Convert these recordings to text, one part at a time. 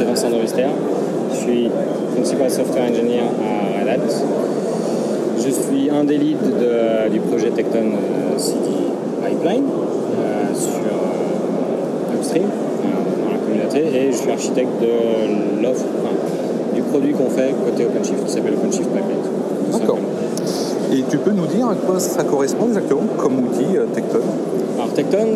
Vincent Novester. Je suis Principal Software Engineer à Red Hat. Je suis un des leads du projet Tekton CD Pipeline sur Upstream dans la communauté, et je suis architecte de l'offre, du produit qu'on fait côté OpenShift qui s'appelle OpenShift Pipeline. D'accord. Et tu peux nous dire à quoi ça correspond exactement comme outil Tekton? Alors Tekton,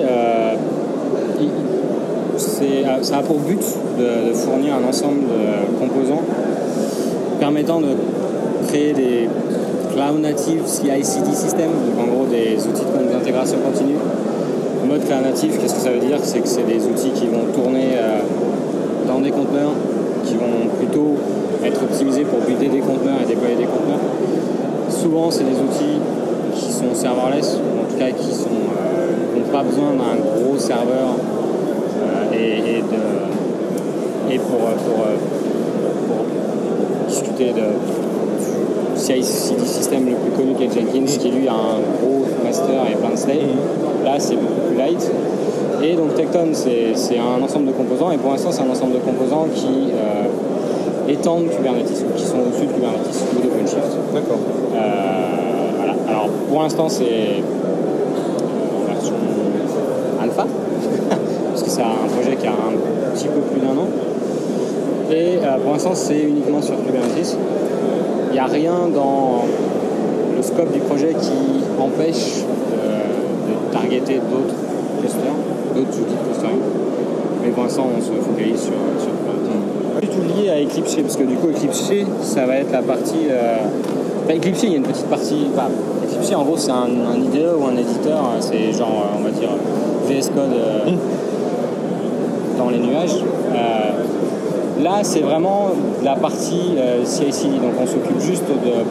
ça a pour but de fournir un ensemble de composants permettant de créer des Cloud Native CI/CD systems, donc en gros des outils d'intégration continue. Le mode Cloud Native, qu'est-ce que ça veut dire? C'est que c'est des outils qui vont tourner dans des conteneurs, qui vont plutôt être optimisés pour builder des conteneurs et déployer des conteneurs. Souvent, c'est des outils qui sont serverless, ou en tout cas qui n'ont pas besoin d'un gros serveur pour discuter du CI/CD système le plus connu qui est Jenkins, qui lui a un gros master et plein de slaves. Là, c'est beaucoup plus light. Et donc Tekton, c'est un ensemble de composants, et pour l'instant, c'est un ensemble de composants qui étendent Kubernetes, ou qui sont au-dessus de Kubernetes ou d'OpenShift. D'accord. Voilà. Alors, pour l'instant, c'est en version alpha, parce que c'est un projet qui a un petit peu plus d'1 an. Et pour l'instant, c'est uniquement sur Kubernetes. Il n'y a rien dans le scope du projet qui empêche de targeter d'autres clusters, d'autres outils de clustering. Mais pour l'instant, on se focalise sur Kubernetes. Pas du tout lié à Eclipse, parce que du coup, Eclipse, ça va être la partie... Eclipse, il y a une petite partie... Eclipse, en gros, c'est un IDE ou un éditeur. C'est genre, on va dire, VS Code dans les nuages. Là, c'est vraiment la partie CI/CD, donc on s'occupe juste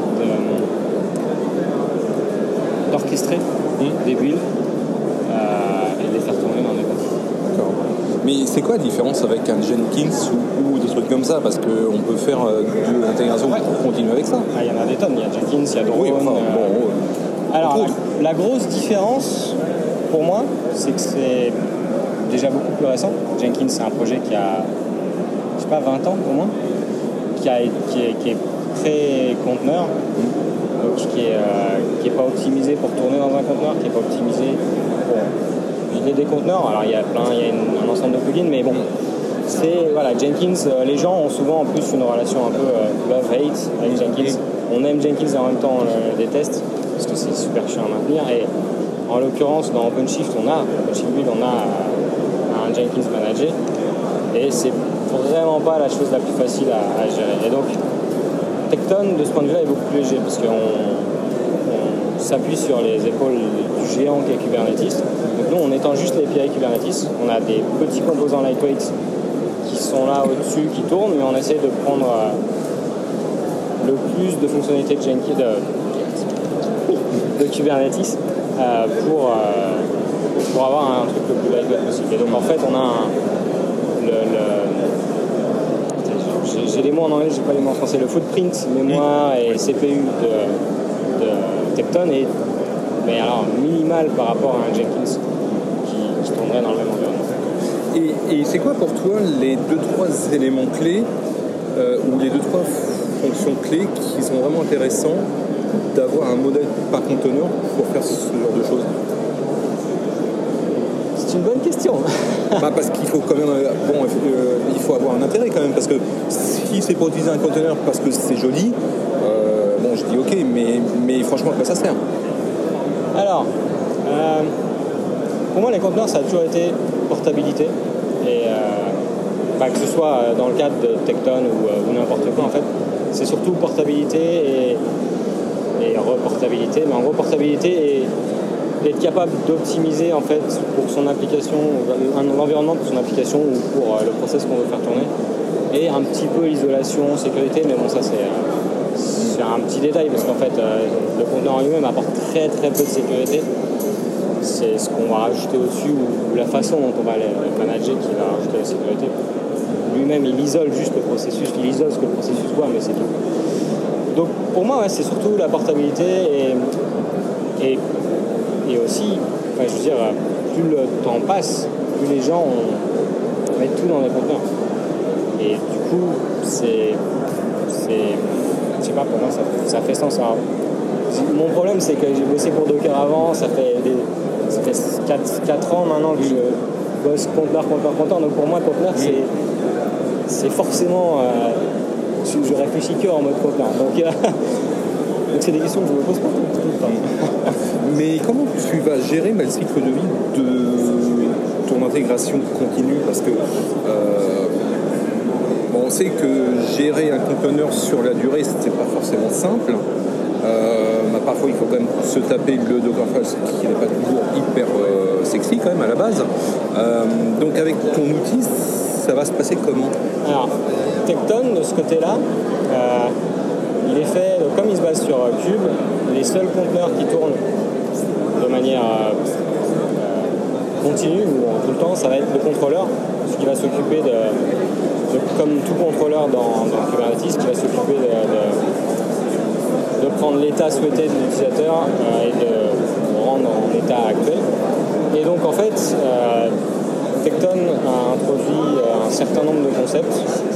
d'orchestrer des builds et de les faire tourner dans des conteneurs. D'accord. Mais c'est quoi la différence avec un Jenkins ou des trucs comme ça? Parce qu'on peut faire de l'intégration pour continuer avec ça. Il y en a des tonnes, il y a Jenkins, il y a Drone. Oui, enfin, Alors, la grosse différence, pour moi, c'est que c'est déjà beaucoup plus récent. Jenkins, c'est un projet qui a... 20 ans au moins, qui est très conteneur, donc qui est pas optimisé pour tourner dans un conteneur, qui est pas optimisé pour vider des conteneurs. Alors il y a un ensemble de plugins, mais bon, Jenkins, les gens ont souvent en plus une relation un peu love-hate avec Jenkins. On aime Jenkins et en même temps on le déteste, parce que c'est super chiant à maintenir. Et en l'occurrence, dans OpenShift, on a un Jenkins managé, et c'est vraiment pas la chose la plus facile à gérer. Et donc, Tekton, de ce point de vue-là, est beaucoup plus léger, parce qu'on s'appuie sur les épaules du géant qu'est Kubernetes. Donc nous, on étend juste l'API Kubernetes. On a des petits composants lightweight qui sont là au-dessus, qui tournent, mais on essaie de prendre le plus de fonctionnalités de Kubernetes pour avoir un truc le plus lightweight possible. Et donc, en fait, on a j'ai les mots en anglais, j'ai pas les mots en français. Le footprint mémoire et CPU de Tekton est minimal par rapport à un Jenkins qui tournerait dans le même environnement. Et c'est quoi pour toi les 2-3 éléments clés ou les 2-3 fonctions clés qui sont vraiment intéressants d'avoir un modèle par conteneur pour faire ce genre de choses? C'est une bonne question. Parce qu'il faut quand même, il faut avoir un intérêt quand même, parce que si c'est pour utiliser un conteneur parce que c'est joli, je dis ok, mais franchement, à quoi ça sert? Alors, pour moi, les conteneurs, ça a toujours été portabilité, et que ce soit dans le cadre de Tekton ou n'importe quoi, en fait, c'est surtout portabilité et reportabilité, mais en gros, portabilité et être capable d'optimiser en fait pour son application, l'environnement pour son application ou pour le process qu'on veut faire tourner, et un petit peu isolation, sécurité, mais bon, ça c'est un petit détail, parce qu'en fait le conteneur en lui-même apporte très très peu de sécurité. C'est ce qu'on va rajouter au-dessus, ou la façon dont on va le manager qui va rajouter la sécurité. Lui-même, il isole juste le processus, il isole ce que le processus voit, mais c'est tout. Donc pour moi, c'est surtout la portabilité et aussi, je veux dire, plus le temps passe, plus les gens mettent tout dans des conteneurs. Et du coup, je sais pas, pour moi, ça fait sens. Alors, mon problème, c'est que j'ai bossé pour Docker avant, ça fait 4 ans maintenant que je bosse conteneur. Donc pour moi, conteneur, c'est forcément... je réfléchis que en mode conteneur. Donc c'est des questions que je me pose pas tout le temps. Mais comment tu vas gérer le cycle de vie de ton intégration continue? Parce que on sait que gérer un conteneur sur la durée, c'est pas forcément simple. Parfois, il faut quand même se taper le Dockerfile, qui n'est pas toujours hyper sexy quand même à la base. Donc avec ton outil, ça va se passer comment? Alors, Tekton, de ce côté-là, il est fait, donc, comme il se base sur Cube, les seuls conteneurs qui tournent de manière continue ou tout le temps, ça va être le contrôleur, ce qui va s'occuper de comme tout contrôleur dans Kubernetes, qui va s'occuper de prendre l'état souhaité de l'utilisateur et de le rendre en état actuel. Et donc en fait, Tekton a introduit un certain nombre de concepts,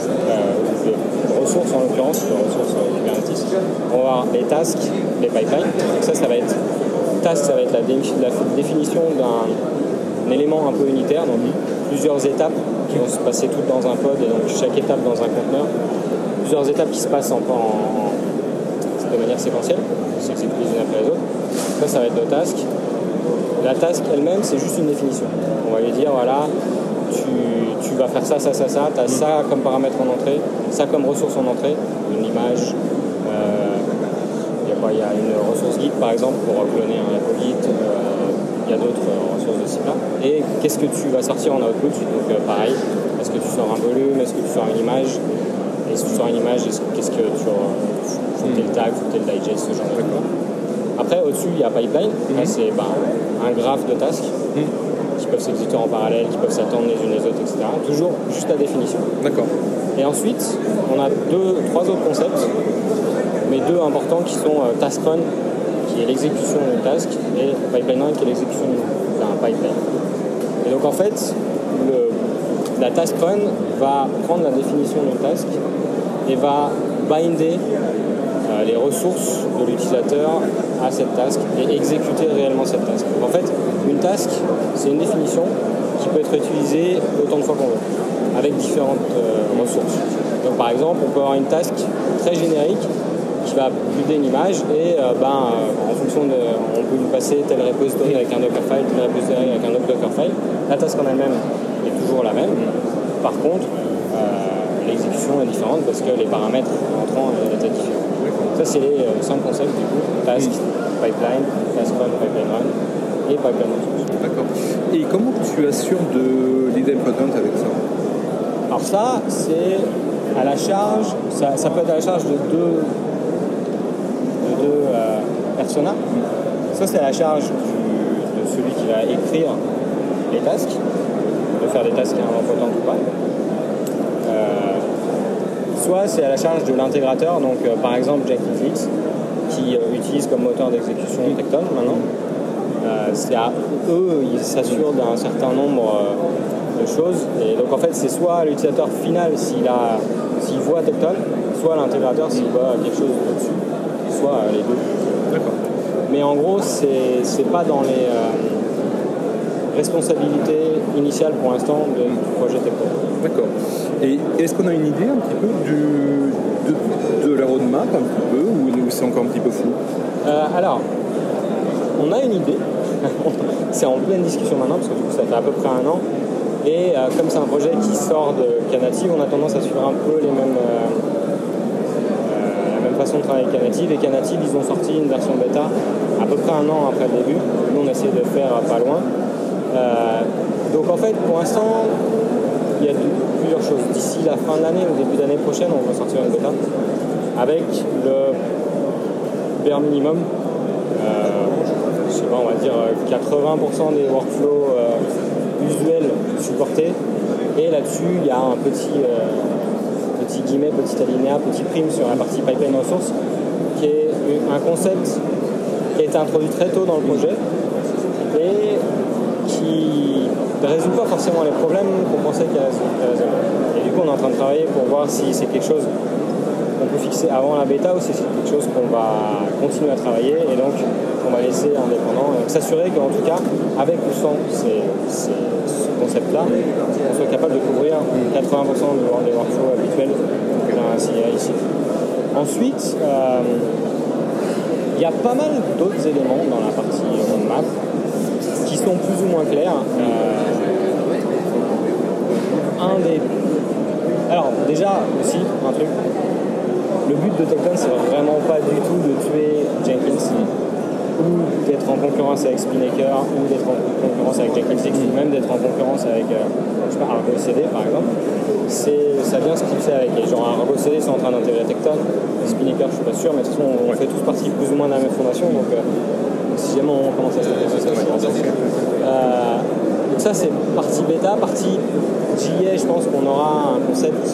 de ressources en l'occurrence, de ressources Kubernetes. On va avoir les tasks, les pipelines. Donc ça va être task, ça va être la définition d'un élément un peu unitaire, donc plusieurs étapes qui vont se passer toutes dans un pod et donc chaque étape dans un conteneur. Plusieurs étapes qui se passent de manière séquentielle, qui s'exécutent les unes après les autres. Ça va être le task. La task elle-même, c'est juste une définition. On va lui dire, voilà, tu vas faire ça, tu as ça comme paramètre en entrée, ça comme ressource en entrée, une image, il y a une ressource Git par exemple pour cloner un repo Git, il y a d'autres ressources de ce type-là. Et qu'est-ce que tu vas sortir en output? Donc pareil, est-ce que tu sors un volume, est-ce que tu sors une image? Et si tu sors une image, qu'est-ce que tu faut tel tag, faut tel digest, ce genre de choses. Après, au-dessus, il y a pipeline. Là, c'est un graphe de tasks qui peuvent s'exécuter en parallèle, qui peuvent s'attendre les unes les autres, etc. Toujours juste la définition. D'accord. Et ensuite, on a 3 autres concepts, mais 2 importants qui sont task run, qui est l'exécution d'une task, et pipeline run, qui est l'exécution d'un pipeline. Et donc, en fait, la task run va prendre la définition d'une task et va binder les ressources de l'utilisateur à cette task et exécuter réellement cette task. En fait, une task, c'est une définition qui peut être utilisée autant de fois qu'on veut, avec différentes ressources. Donc par exemple, on peut avoir une task très générique qui va builder une image et en fonction on peut lui passer tel repository avec un Dockerfile, tel repository avec un autre Dockerfile. La task en elle-même est toujours la même. Par contre, l'exécution est différente parce que les paramètres entrants étaient différents. Ça, c'est les 5 concepts du coup. Task, pipeline, task run, pipeline run et pipeline ressources. D'accord. Et comment tu assures de l'idempotent avec ça? Alors ça, c'est à la charge, ça peut être à la charge de deux personas. Ça, c'est à la charge de celui qui va écrire les tasks, de faire des tasks idempotents ou pas. Soit c'est à la charge de l'intégrateur, donc par exemple Jenkins qui utilise comme moteur d'exécution Tekton maintenant. C'est à eux, ils s'assurent d'un certain nombre de choses. Et donc en fait, c'est soit l'utilisateur final s'il voit Tekton, soit l'intégrateur s'il voit quelque chose au-dessus, soit les deux. D'accord. Mais en gros, c'est pas dans les responsabilités initiales pour l'instant du projet Tekton. D'accord. Et est-ce qu'on a une idée un petit peu de la roadmap, un petit peu, ou c'est encore un petit peu flou? Alors, on a une idée. C'est en pleine discussion maintenant, parce que du coup, ça fait à peu près 1 an. Et comme c'est un projet qui sort de Knative, on a tendance à suivre un peu la même façon de travailler avec Knative. Et Knative, ils ont sorti une version bêta à peu près 1 an après le début. Nous, on essaie de faire pas loin. Donc en fait, pour l'instant, il y a plusieurs choses. D'ici la fin de l'année ou début d'année prochaine, on va sortir une bêta avec le bare minimum. Je sais pas, on va dire 80% des workflows usuels supportés. Et là-dessus, il y a un petit guillemet, petit alinéa, petit prime sur la partie pipeline ressources, qui est un concept qui a été introduit très tôt dans le projet et qui ne résout pas forcément les problèmes qu'on pensait qu'elle résolvait. Et du coup, on est en train de travailler pour voir si c'est quelque chose qu'on peut fixer avant la bêta ou si c'est quelque chose qu'on va continuer à travailler et donc on va laisser indépendant. Et donc s'assurer qu'en tout cas, avec ou sans ce concept-là, on soit capable de couvrir 80% des workflows habituels d'un CI ici. Ensuite, il y a pas mal d'autres éléments dans la partie roadmap qui sont plus ou moins clairs. Alors déjà aussi un truc, le but de Tekton c'est vraiment pas du tout de tuer Jenkins ou d'être en concurrence avec Spinnaker ou d'être en concurrence avec Jenkins X ou même d'être en concurrence avec Argo CD par exemple. Ça vient se clipser avec. Et genre Argo CD c'est en train d'intégrer Tekton, Spinnaker je suis pas sûr, mais de toute façon on fait tous partie plus ou moins de la même fondation, donc si jamais on commence à se taper, c'est donc ça c'est partie bêta, partie JA, je pense qu'on aura un concept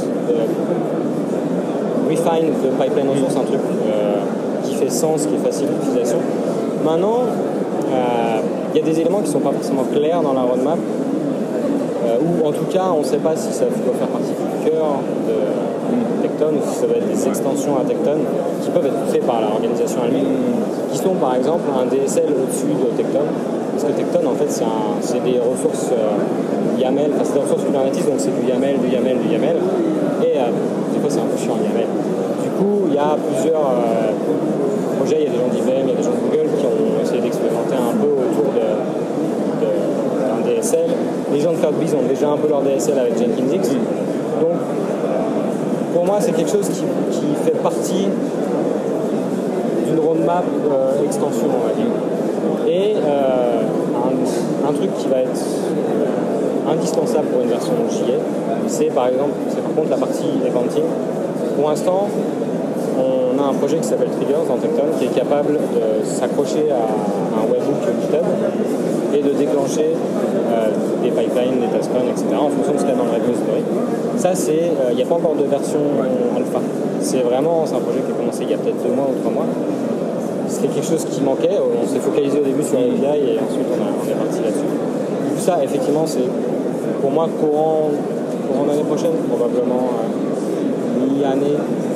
refine de pipeline ressources, un truc qui fait sens, qui est facile d'utilisation. Maintenant, il y a des éléments qui ne sont pas forcément clairs dans la roadmap, ou en tout cas on ne sait pas si ça doit faire partie du cœur de Tekton ou si ça va être des extensions à Tekton qui peuvent être poussées par l'organisation elle-même, qui sont par exemple un DSL au-dessus de Tekton. Parce que Tekton, en fait, c'est des ressources YAML, enfin c'est des ressources Kubernetes, donc c'est du YAML. Et des fois, c'est un peu chiant, YAML. Du coup, il y a plusieurs projets, il y a des gens d'IBM, il y a des gens de Google qui ont essayé d'expérimenter un peu autour d'un DSL. Les gens de CloudBees ont déjà un peu leur DSL avec Jenkins X. Donc, pour moi, c'est quelque chose qui fait partie d'une roadmap extension, on va dire. Et un truc qui va être indispensable pour une version JA, c'est par contre la partie eventing. Pour l'instant, on a un projet qui s'appelle Triggers dans Tekton qui est capable de s'accrocher à un webhook GitHub et de déclencher des pipelines, des task runs, etc. en fonction de ce qu'il y a dans le repository. Ça, il n'y a pas encore de version alpha. C'est un projet qui a commencé il y a peut-être 2 mois ou 3 mois. C'était quelque chose qui manquait, on s'est focalisé au début sur l'API et ensuite on est parti là-dessus. Du coup ça effectivement c'est pour moi courant l'année prochaine, probablement mi-année,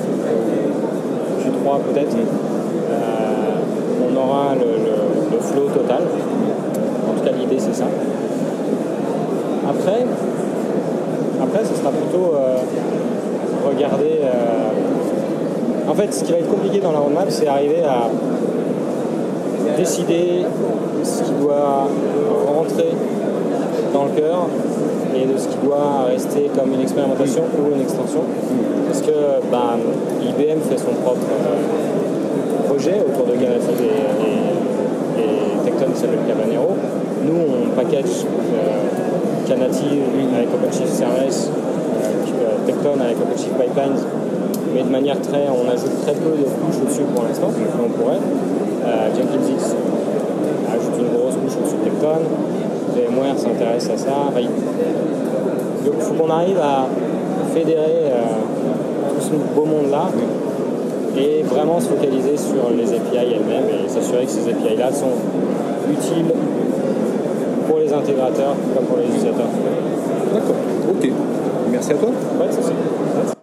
Q3 peut-être, on aura le flow total. En tout cas l'idée c'est ça. Après ce sera plutôt regarder. En fait ce qui va être compliqué dans la roadmap c'est arriver à décider ce qui doit rentrer dans le cœur et de ce qui doit rester comme une expérimentation ou une extension. Parce que IBM fait son propre projet autour de Knative et Tekton qui s'appelle Cabanero. Nous, on package Knative avec OpenShift Serverless, Tekton avec OpenShift Pipelines, mais de manière on ajoute très peu de couches au-dessus pour l'instant, on pourrait. Jenkins X ajoute une grosse couche au-dessus de Tekton, VMware s'intéresse à ça. Donc il faut qu'on arrive à fédérer tout ce beau monde-là et vraiment se focaliser sur les API elles-mêmes et s'assurer que ces API-là sont utiles pour les intégrateurs comme pour les utilisateurs. D'accord, ok. Merci à toi. Ouais, c'est ça.